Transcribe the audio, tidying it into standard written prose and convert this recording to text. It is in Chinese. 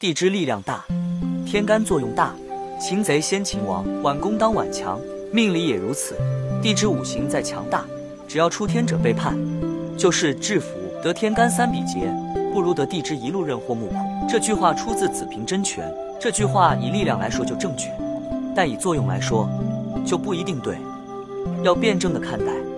地支力量大，天干作用大，擒贼先擒王，晚功当晚强，命理也如此。地支五行再强大，只要出天者背叛，就是制服。得天干3比劫，不如得地支一路刃或木苦。这句话出自子平真诠。这句话以力量来说就正确，但以作用来说就不一定对，要辩证的看待。